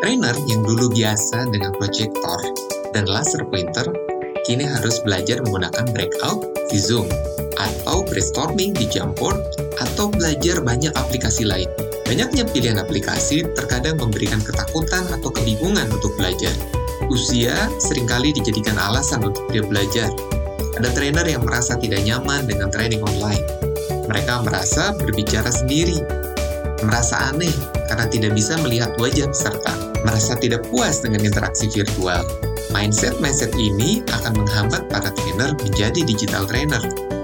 Trainer yang dulu biasa dengan proyektor dan laser pointer, kini harus belajar menggunakan breakout di Zoom, atau brainstorming di Jamboard, atau belajar banyak aplikasi lain. Banyaknya pilihan aplikasi terkadang memberikan ketakutan atau kebingungan untuk belajar. Usia seringkali dijadikan alasan untuk tidak belajar. Ada trainer yang merasa tidak nyaman dengan training online. Mereka merasa berbicara sendiri, merasa aneh karena tidak bisa melihat wajah peserta, merasa tidak puas dengan interaksi virtual. Mindset ini akan menghambat para trainer menjadi digital trainer.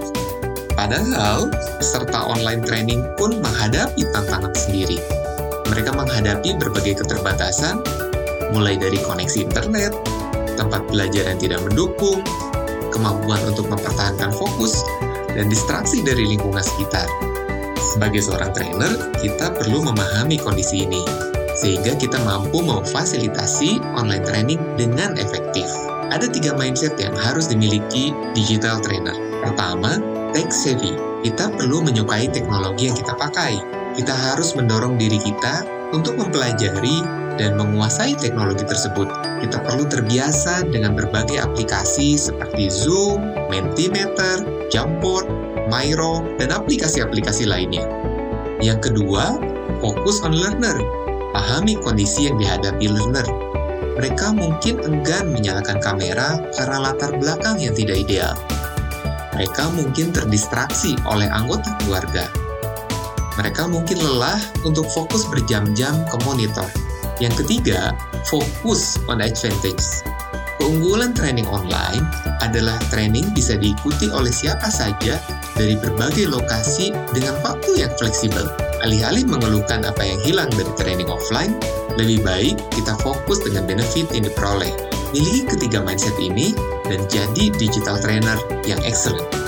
Padahal, peserta online training pun menghadapi tantangan sendiri. Mereka menghadapi berbagai keterbatasan, mulai dari koneksi internet, tempat belajar yang tidak mendukung, kemampuan untuk mempertahankan fokus, dan distraksi dari lingkungan sekitar. Sebagai seorang trainer, kita perlu memahami kondisi ini, sehingga kita mampu memfasilitasi online training dengan efektif. Ada 3 mindset yang harus dimiliki digital trainer. Pertama, tech savvy. Kita perlu menyukai teknologi yang kita pakai. Kita harus mendorong diri kita untuk mempelajari dan menguasai teknologi tersebut. Kita perlu terbiasa dengan berbagai aplikasi seperti Zoom, Mentimeter, Jamboard, Miro, dan aplikasi-aplikasi lainnya. Yang kedua, fokus on learner. Pahami kondisi yang dihadapi learner. Mereka mungkin enggan menyalakan kamera karena latar belakang yang tidak ideal. Mereka mungkin terdistraksi oleh anggota keluarga. Mereka mungkin lelah untuk fokus berjam-jam ke monitor. Yang ketiga, fokus on advantage. Keunggulan training online adalah training bisa diikuti oleh siapa saja dari berbagai lokasi dengan waktu yang fleksibel. Alih-alih mengeluhkan apa yang hilang dari training offline, lebih baik kita fokus dengan benefit yang diperoleh. Miliki ketiga mindset ini dan jadi digital trainer yang excellent.